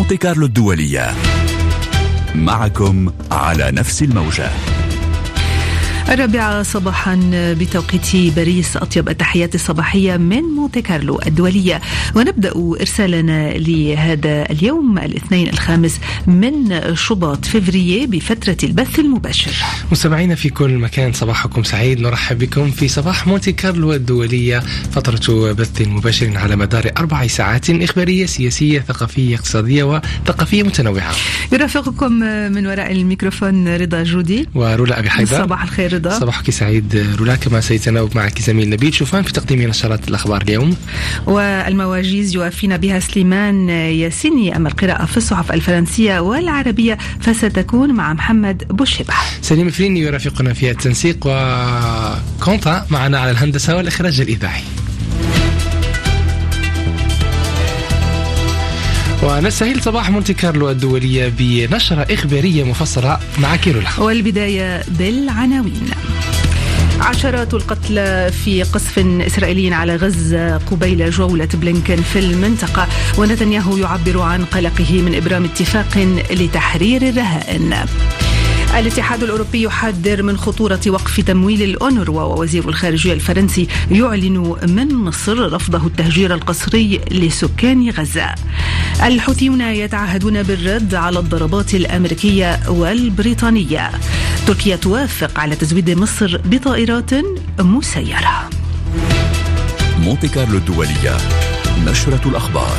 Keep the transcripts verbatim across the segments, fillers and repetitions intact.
مونتي كارلو الدولية، معكم على نفس الموجة. الرابعة صباحا بتوقيت باريس، أطيب التحيات الصباحية من مونتي كارلو الدولية، ونبدأ إرسالنا لهذا اليوم الاثنين الخامس من شباط فبراير بفترة البث المباشر. مستمعينا في كل مكان، صباحكم سعيد، نرحب بكم في صباح مونتي كارلو الدولية، فترة بث مباشر على مدار أربع ساعات إخبارية سياسية ثقافية اقتصادية وثقافية متنوعة. يرافقكم من وراء الميكروفون رضا جودي ورولا أبي حيدر. صباح الخير رضا. صباحك سعيد رولا. كما سيتناوب معك زميل نبيل شوفان في تقديم نشرات الأخبار اليوم، والمواجيز يوافينا بها سليمان ياسيني. أما القراءة في الصحف الفرنسية والعربية فستكون مع محمد بوشبة. سليم فريني يرافقنا في التنسيق، وكونتا معنا على الهندسة والإخراج الإذاعي. ونستهل صباح مونتي كارلو الدولية بنشرة إخبارية مفصلة مع كيرولا. والبداية بالعناوين. عشرات القتلى في قصف إسرائيلي على غزة قبيل جولة بلينكن في المنطقة، ونتنياهو يعبر عن قلقه من إبرام اتفاق لتحرير الرهائن. الاتحاد الأوروبي يحذر من خطورة وقف تمويل الأونروا، ووزير الخارجية الفرنسي يعلن من مصر رفضه التهجير القسري لسكان غزة. الحوثيون يتعهدون بالرد على الضربات الأمريكية والبريطانية. تركيا توافق على تزويد مصر بطائرات مسيرة. مونتي كارلو الدولية، نشرة الأخبار.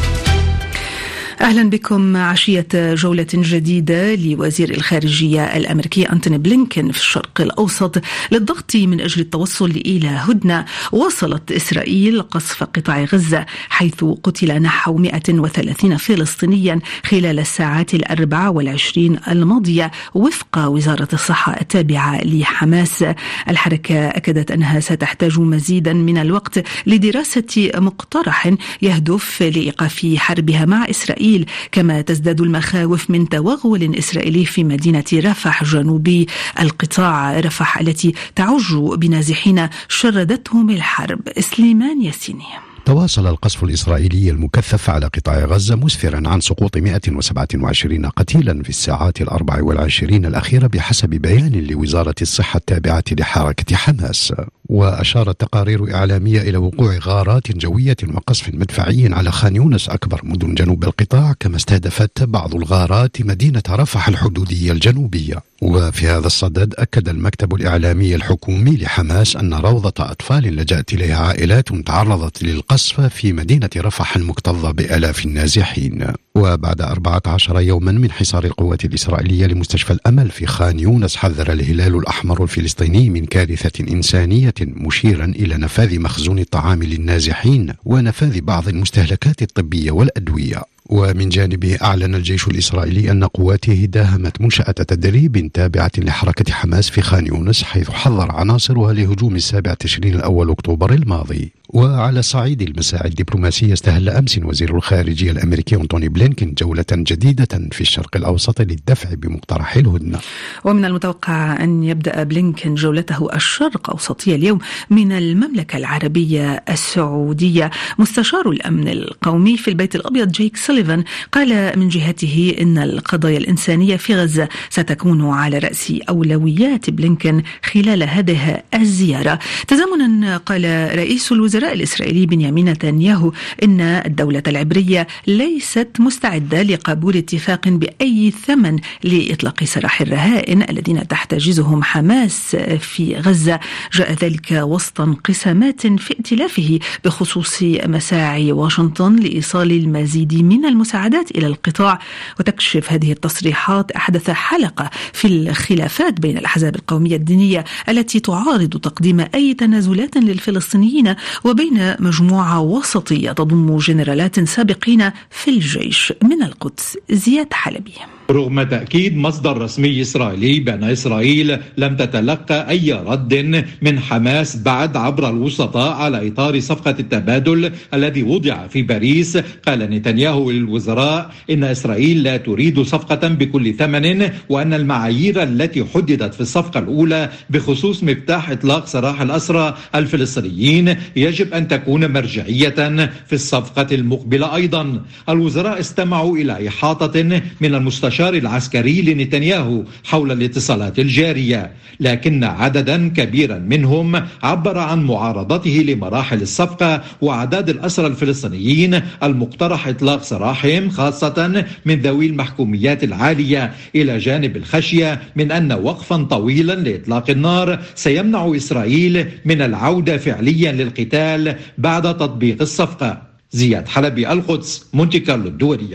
أهلا بكم. عشية جولة جديدة لوزير الخارجية الأمريكي أنتوني بلينكن في الشرق الأوسط للضغط من أجل التوصل إلى هدنة. وصلت إسرائيل قصف قطاع غزة حيث قتل نحو مئة وثلاثين فلسطينيا خلال الساعات الأربع والعشرين الماضية وفق وزارة الصحة التابعة لحماس. الحركة أكدت أنها ستحتاج مزيدا من الوقت لدراسة مقترح يهدف لإيقاف حربها مع إسرائيل، كما تزداد المخاوف من توغل إسرائيلي في مدينة رفح جنوب القطاع، رفح التي تعج بنازحين شردتهم الحرب. سليمان ياسيني. تواصل القصف الإسرائيلي المكثف على قطاع غزة مسفرا عن سقوط مئة وسبعة وعشرين قتيلا في الساعات الأربع والعشرين الأخيرة بحسب بيان لوزارة الصحة التابعة لحركة حماس. وأشارت تقارير إعلامية إلى وقوع غارات جوية وقصف مدفعي على خان يونس أكبر مدن جنوب القطاع، كما استهدفت بعض الغارات مدينة رفح الحدودية الجنوبية. وفي هذا الصدد أكد المكتب الإعلامي الحكومي لحماس أن روضة أطفال لجأت إليها عائلات تعرضت للقصف في مدينة رفح المكتظة بآلاف النازحين. وبعد أربعة عشر يوما من حصار القوات الإسرائيلية لمستشفى الأمل في خان يونس، حذر الهلال الأحمر الفلسطيني من كارثة إنسانية، مشيرا إلى نفاذ مخزون الطعام للنازحين ونفاذ بعض المستهلكات الطبية والأدوية. ومن جانبه أعلن الجيش الإسرائيلي أن قواته داهمت منشأة تدريب تابعة لحركة حماس في خان يونس، حيث حذر عناصرها لهجوم السابع تشرين الأول أكتوبر الماضي. وعلى صعيد المساعي الدبلوماسية، استهل أمس وزير الخارجية الأمريكي أنتوني بلينكن جولة جديدة في الشرق الأوسط للدفع بمقترح الهدنة. ومن المتوقع أن يبدأ بلينكن جولته الشرق أوسطية اليوم من المملكة العربية السعودية. مستشار الأمن القومي في البيت الأبيض جيك سوليفان قال من جهته إن القضايا الإنسانية في غزة ستكون على رأس أولويات بلينكن خلال هذه الزيارة. تزامنا قال رئيس الوزراء الإسرائيلي بنيامين نتنياهو إن الدولة العبرية ليست مستعدة لقبول اتفاق بأي ثمن لإطلاق سراح الرهائن الذين تحتجزهم حماس في غزة. جاء ذلك وسط انقسامات في ائتلافه بخصوص مساعي واشنطن لإيصال المزيد من المساعدات إلى القطاع. وتكشف هذه التصريحات أحدث حلقة في الخلافات بين الأحزاب القومية الدينية التي تعارض تقديم أي تنازلات للفلسطينيين، وبين مجموعة وسطية تضم جنرالات سابقين في الجيش. من القدس زياد حلبي. رغم تأكيد مصدر رسمي إسرائيلي بأن إسرائيل لم تتلقى أي رد من حماس بعد عبر الوسطاء على إطار صفقة التبادل الذي وضع في باريس، قال نتنياهو للوزراء إن إسرائيل لا تريد صفقة بكل ثمن، وأن المعايير التي حددت في الصفقة الأولى بخصوص مفتاح إطلاق سراح الأسرى الفلسطينيين يجب يجب أن تكون مرجعية في الصفقة المقبلة. أيضا الوزراء استمعوا إلى إحاطة من المستشار العسكري لنتنياهو حول الاتصالات الجارية، لكن عددا كبيرا منهم عبر عن معارضته لمراحل الصفقة وأعداد الأسرى الفلسطينيين المقترح إطلاق سراحهم، خاصة من ذوي المحكوميات العالية، إلى جانب الخشية من أن وقفا طويلا لإطلاق النار سيمنع إسرائيل من العودة فعليا للقتال بعد تطبيق الصفقة. زياد حلبي، القدس، مونتي كارلو الدولية.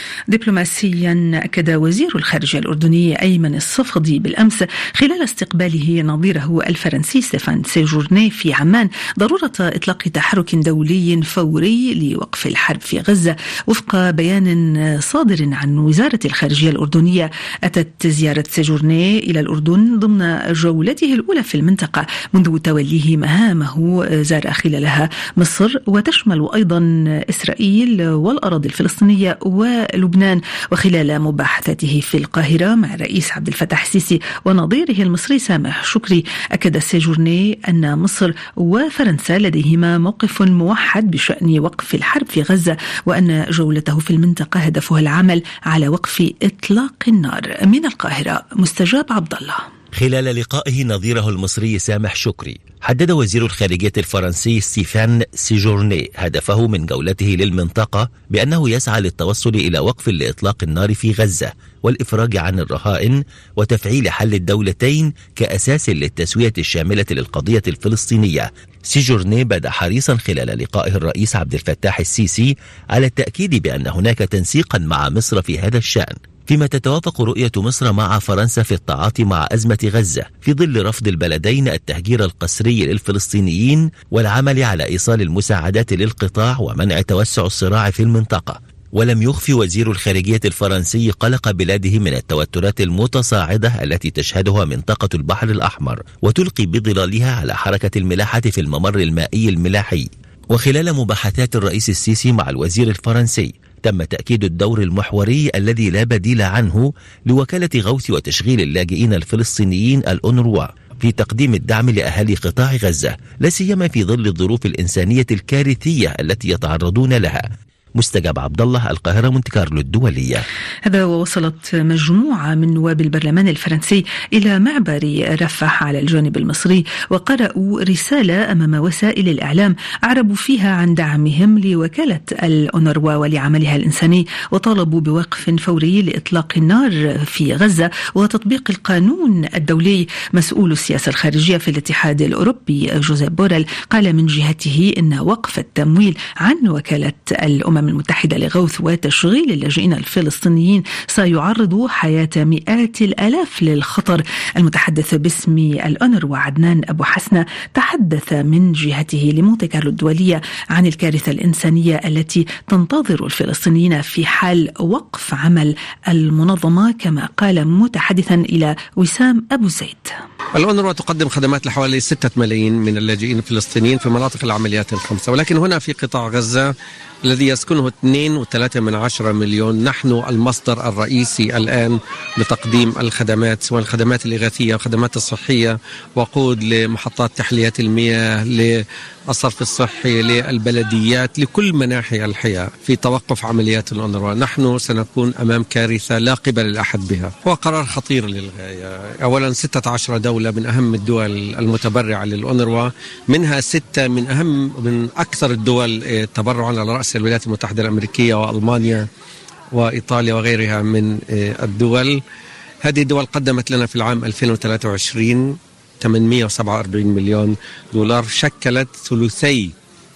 دبلوماسيا أكد وزير الخارجية الأردني أيمن الصفدي بالأمس خلال استقباله نظيره الفرنسي ستيفان سيجورني في عمان ضرورة إطلاق تحرك دولي فوري لوقف الحرب في غزة. وفق بيان صادر عن وزارة الخارجية الأردنية، أتت زيارة سيجورني إلى الأردن ضمن جولته الأولى في المنطقة منذ توليه مهامه، زار خلالها مصر وتشمل أيضا إسرائيل والأراضي الفلسطينية ولبنان. وخلال مباحثاته في القاهرة مع الرئيس عبد الفتاح السيسي ونظيره المصري سامح شكري، أكد سيجورني أن مصر وفرنسا لديهما موقف موحد بشأن وقف الحرب في غزة، وأن جولته في المنطقة هدفها العمل على وقف إطلاق النار. من القاهرة مستجاب عبد الله. خلال لقائه نظيره المصري سامح شكري، حدد وزير الخارجية الفرنسي ستيفان سيجورني هدفه من جولته للمنطقة بأنه يسعى للتوصل إلى وقف لإطلاق النار في غزة والإفراج عن الرهائن وتفعيل حل الدولتين كأساس للتسوية الشاملة للقضية الفلسطينية. سيجورني بدا حريصا خلال لقائه الرئيس عبد الفتاح السيسي على التأكيد بأن هناك تنسيقا مع مصر في هذا الشأن، فيما تتوافق رؤية مصر مع فرنسا في التعاطي مع أزمة غزة في ظل رفض البلدين التهجير القسري للفلسطينيين والعمل على إيصال المساعدات للقطاع ومنع توسع الصراع في المنطقة. ولم يخفي وزير الخارجية الفرنسي قلق بلاده من التوترات المتصاعدة التي تشهدها منطقة البحر الأحمر وتلقي بظلالها على حركة الملاحة في الممر المائي الملاحي. وخلال مباحثات الرئيس السيسي مع الوزير الفرنسي، تم تأكيد الدور المحوري الذي لا بديل عنه لوكالة غوث وتشغيل اللاجئين الفلسطينيين الأونروا في تقديم الدعم لأهالي قطاع غزة، لا سيما في ظل الظروف الإنسانية الكارثية التي يتعرضون لها. مستجاب عبد الله، القاهرة، مونتي كارلو الدولية. هذا ووصلت مجموعة من نواب البرلمان الفرنسي إلى معبر رفح على الجانب المصري، وقرأوا رسالة أمام وسائل الإعلام أعربوا فيها عن دعمهم لوكالة الأونروا ولعملها الإنساني، وطالبوا بوقف فوري لإطلاق النار في غزة وتطبيق القانون الدولي. مسؤول السياسة الخارجية في الاتحاد الأوروبي جوزيب بوريل قال من جهته إن وقف التمويل عن وكالة الأمم المتحدة لغوث وتشغيل اللاجئين الفلسطينيين سيعرض حياة مئات الآلاف للخطر. المتحدث باسم الأونروا عدنان أبو حسنة تحدث من جهته لمونتي كارلو الدولية عن الكارثة الإنسانية التي تنتظر الفلسطينيين في حال وقف عمل المنظمة، كما قال متحدثا إلى وسام أبو زيد. الأونروا تقدم خدمات لحوالي ستة ملايين من اللاجئين الفلسطينيين في مناطق العمليات الخمسة، ولكن هنا في قطاع غزة الذي يسكنه اثنين وثلاثة من عشرة مليون نحن المصدر الرئيسي الآن لتقديم الخدمات، سواء الخدمات الإغاثية والخدمات الصحية، وقود لمحطات تحلية المياه، للصرف الصحي، للبلديات، لكل مناحي الحياة. في توقف عمليات الأونروا نحن سنكون أمام كارثة لا قبل الأحد بها. هو قرار خطير للغاية. أولا ستة عشر دولة من أهم الدول المتبرعة للأونروا، منها ستة من أهم من أكثر الدول تبرعا على رأس الولايات المتحدة الأمريكية وألمانيا وإيطاليا وغيرها من الدول. هذه الدول قدمت لنا في العام ألفين وثلاثة وعشرين ثمانمئة وسبعة وأربعين مليون دولار، شكلت ثلثي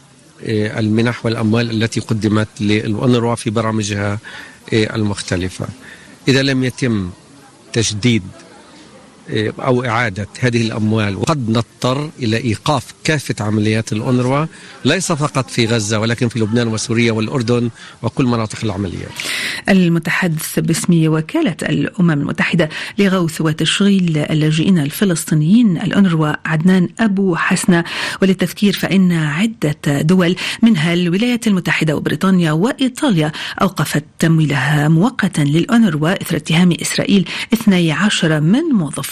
المنح والأموال التي قدمت للأونروا في برامجها المختلفة. إذا لم يتم تجديد أو إعادة هذه الأموال وقد نضطر إلى إيقاف كافة عمليات الأونروا، ليس فقط في غزة ولكن في لبنان وسوريا والأردن وكل مناطق العمليات. المتحدث باسم وكالة الأمم المتحدة لغوث وتشغيل اللاجئين الفلسطينيين الأونروا عدنان أبو حسنة. وللتذكير فإن عدة دول منها الولايات المتحدة وبريطانيا وإيطاليا أوقفت تمويلها مؤقتا للأونروا إثر اتهام إسرائيل اثني عشر من موظفين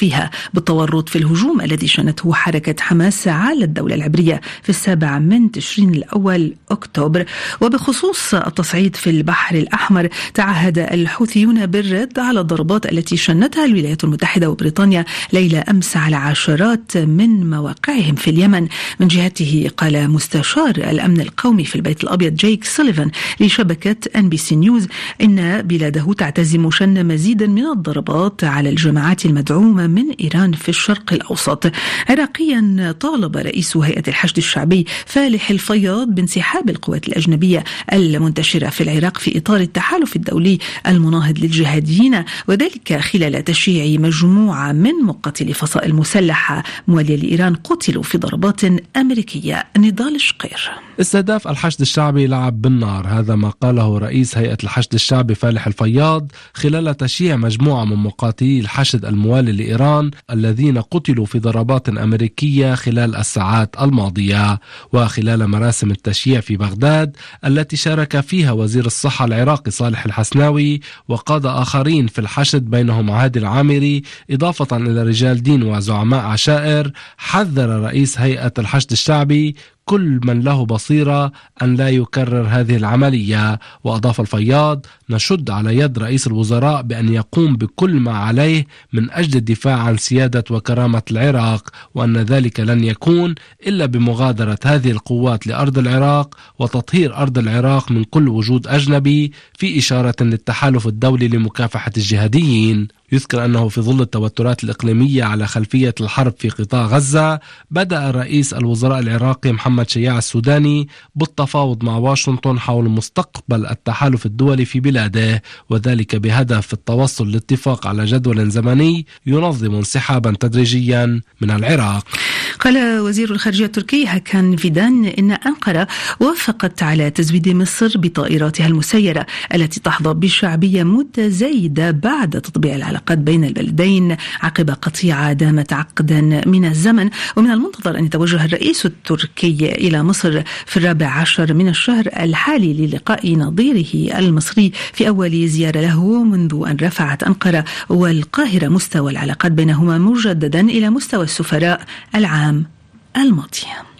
فيها بالتورط في الهجوم الذي شنته حركة حماس على الدولة العبرية في السابع من تشرين الأول أكتوبر. وبخصوص التصعيد في البحر الأحمر، تعهد الحوثيون بالرد على الضربات التي شنتها الولايات المتحدة وبريطانيا ليلة أمس على عشرات من مواقعهم في اليمن. من جهته قال مستشار الأمن القومي في البيت الأبيض جيك سوليفان لشبكة إن بي سي نيوز إن بلاده تعتزم شن مزيدا من الضربات على الجماعات المدعومة من إيران في الشرق الأوسط. عراقيا، طالب رئيس هيئة الحشد الشعبي فالح الفياض بانسحاب القوات الأجنبية المنتشرة في العراق في إطار التحالف الدولي المناهض للجهاديين، وذلك خلال تشييع مجموعة من مقاتلي فصائل مسلحة موالية لإيران قتلوا في ضربات أمريكية. نضال شقير. استهداف الحشد الشعبي لعب بالنار، هذا ما قاله رئيس هيئة الحشد الشعبي فالح الفياض خلال تشييع مجموعة من مقاتلي الحشد الموالي لإيران الذين قتلوا في ضربات أمريكية خلال الساعات الماضية. وخلال مراسم التشييع في بغداد التي شارك فيها وزير الصحة العراقي صالح الحسناوي وقادة آخرين في الحشد بينهم عادل العامري إضافة إلى رجال دين وزعماء عشائر، حذر رئيس هيئة الحشد الشعبي كل من له بصيرة أن لا يكرر هذه العملية. وأضاف الفياض: نشد على يد رئيس الوزراء بأن يقوم بكل ما عليه من أجل الدفاع عن سيادة وكرامة العراق، وأن ذلك لن يكون إلا بمغادرة هذه القوات لأرض العراق وتطهير أرض العراق من كل وجود أجنبي، في إشارة للتحالف الدولي لمكافحة الجهاديين. يذكر أنه في ظل التوترات الإقليمية على خلفية الحرب في قطاع غزة، بدأ رئيس الوزراء العراقي محمد شياع السوداني بالتفاوض مع واشنطن حول مستقبل التحالف الدولي في بلاده، وذلك بهدف التوصل لاتفاق على جدول زمني ينظم انسحابا تدريجيا من العراق. قال وزير الخارجية التركي هاكان فيدان إن أنقرة وافقت على تزويد مصر بطائراتها المسيرة التي تحظى بشعبية متزايدة بعد تطبيع العلاقات بين البلدين عقب قطيعة دامت عقدا من الزمن. ومن المنتظر أن يتوجه الرئيس التركي إلى مصر في الرابع عشر من الشهر الحالي للقاء نظيره المصري في أول زيارة له منذ أن رفعت أنقرة والقاهرة مستوى العلاقات بينهما مجددا إلى مستوى السفراء العام الماضي.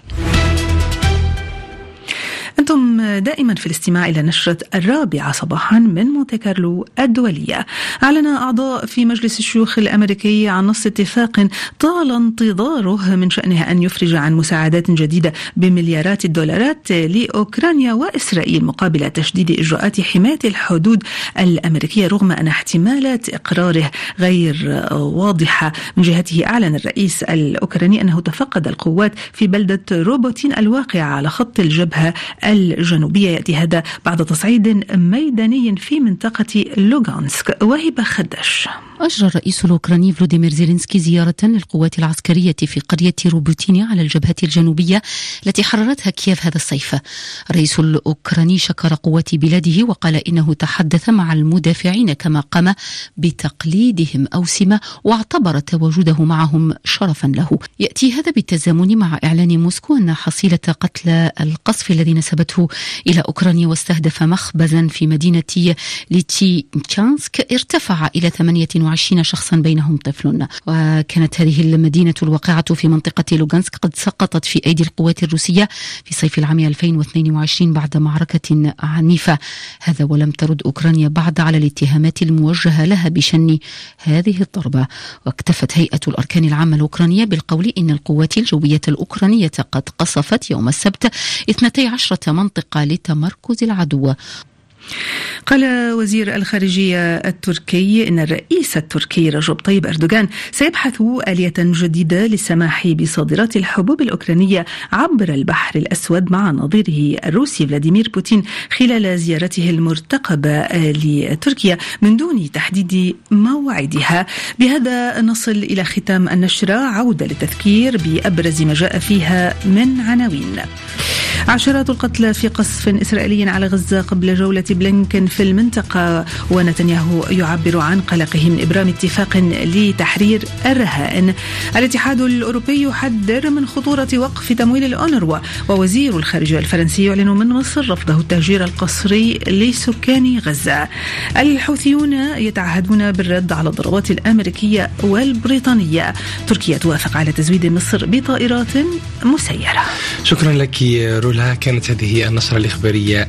أنتم دائما في الاستماع إلى نشرة الرابعة صباحا من مونتي كارلو الدولية. أعلن أعضاء في مجلس الشيوخ الأمريكي عن نص اتفاق طال انتظاره من شأنه أن يفرج عن مساعدات جديدة بمليارات الدولارات لأوكرانيا وإسرائيل مقابل تشديد إجراءات حماية الحدود الأمريكية، رغم أن احتمالات إقراره غير واضحة. من جهته أعلن الرئيس الأوكراني أنه تفقد القوات في بلدة روبوتين الواقعة على خط الجبهة الجنوبية. يأتي هذا بعد تصعيد ميداني في منطقة لوغانسك. وهبة خدش. أجرى الرئيس الأوكراني فلوديمير زيلينسكي زيارة للقوات العسكرية في قرية روبوتيني على الجبهة الجنوبية التي حررتها كييف هذا الصيف. الرئيس الأوكراني شكر قوات بلاده وقال إنه تحدث مع المدافعين كما قام بتقليدهم أوسمة، واعتبر تواجده معهم شرفا له. يأتي هذا بالتزامن مع إعلان موسكو أن حصيلة قتلى القصف الذي نسبته إلى أوكرانيا واستهدف مخبزا في مدينة ليتشينسك ارتفع إلى ثمانية وعشرين شخصا بينهم طفل. وكانت هذه المدينة الواقعة في منطقة لوغانسك قد سقطت في أيدي القوات الروسية في صيف العام ألفين واثنين وعشرين بعد معركة عنيفة. هذا ولم ترد أوكرانيا بعد على الاتهامات الموجهة لها بشن هذه الضربة. واكتفت هيئة الأركان العامة الأوكرانية بالقول إن القوات الجوية الأوكرانية قد قصفت يوم السبت اثنتي عشرة منطقة لتمركز العدو. قال وزير الخارجية التركي إن الرئيس التركي رجب طيب أردوغان سيبحث آلية جديدة للسماح بصادرات الحبوب الأوكرانية عبر البحر الأسود مع نظيره الروسي فلاديمير بوتين خلال زيارته المرتقبة لتركيا من دون تحديد موعدها. بهذا نصل إلى ختام النشرة. عودة للتذكير بأبرز ما جاء فيها من عناوين. عشرات القتلى في قصف إسرائيلي على غزة قبل جولة بلينكن في المنطقة، ونتنياهو يعبر عن قلقه من إبرام اتفاق لتحرير الرهائن. الاتحاد الأوروبي يحذر من خطورة وقف تمويل الأونروا، ووزير الخارجية الفرنسي يعلن من مصر رفضه التهجير القسري لسكان غزة. الحوثيون يتعهدون بالرد على الضربات الأمريكية والبريطانية. تركيا توافق على تزويد مصر بطائرات مسيرة. شكرا لك رولا، كانت هذه النشرة الإخبارية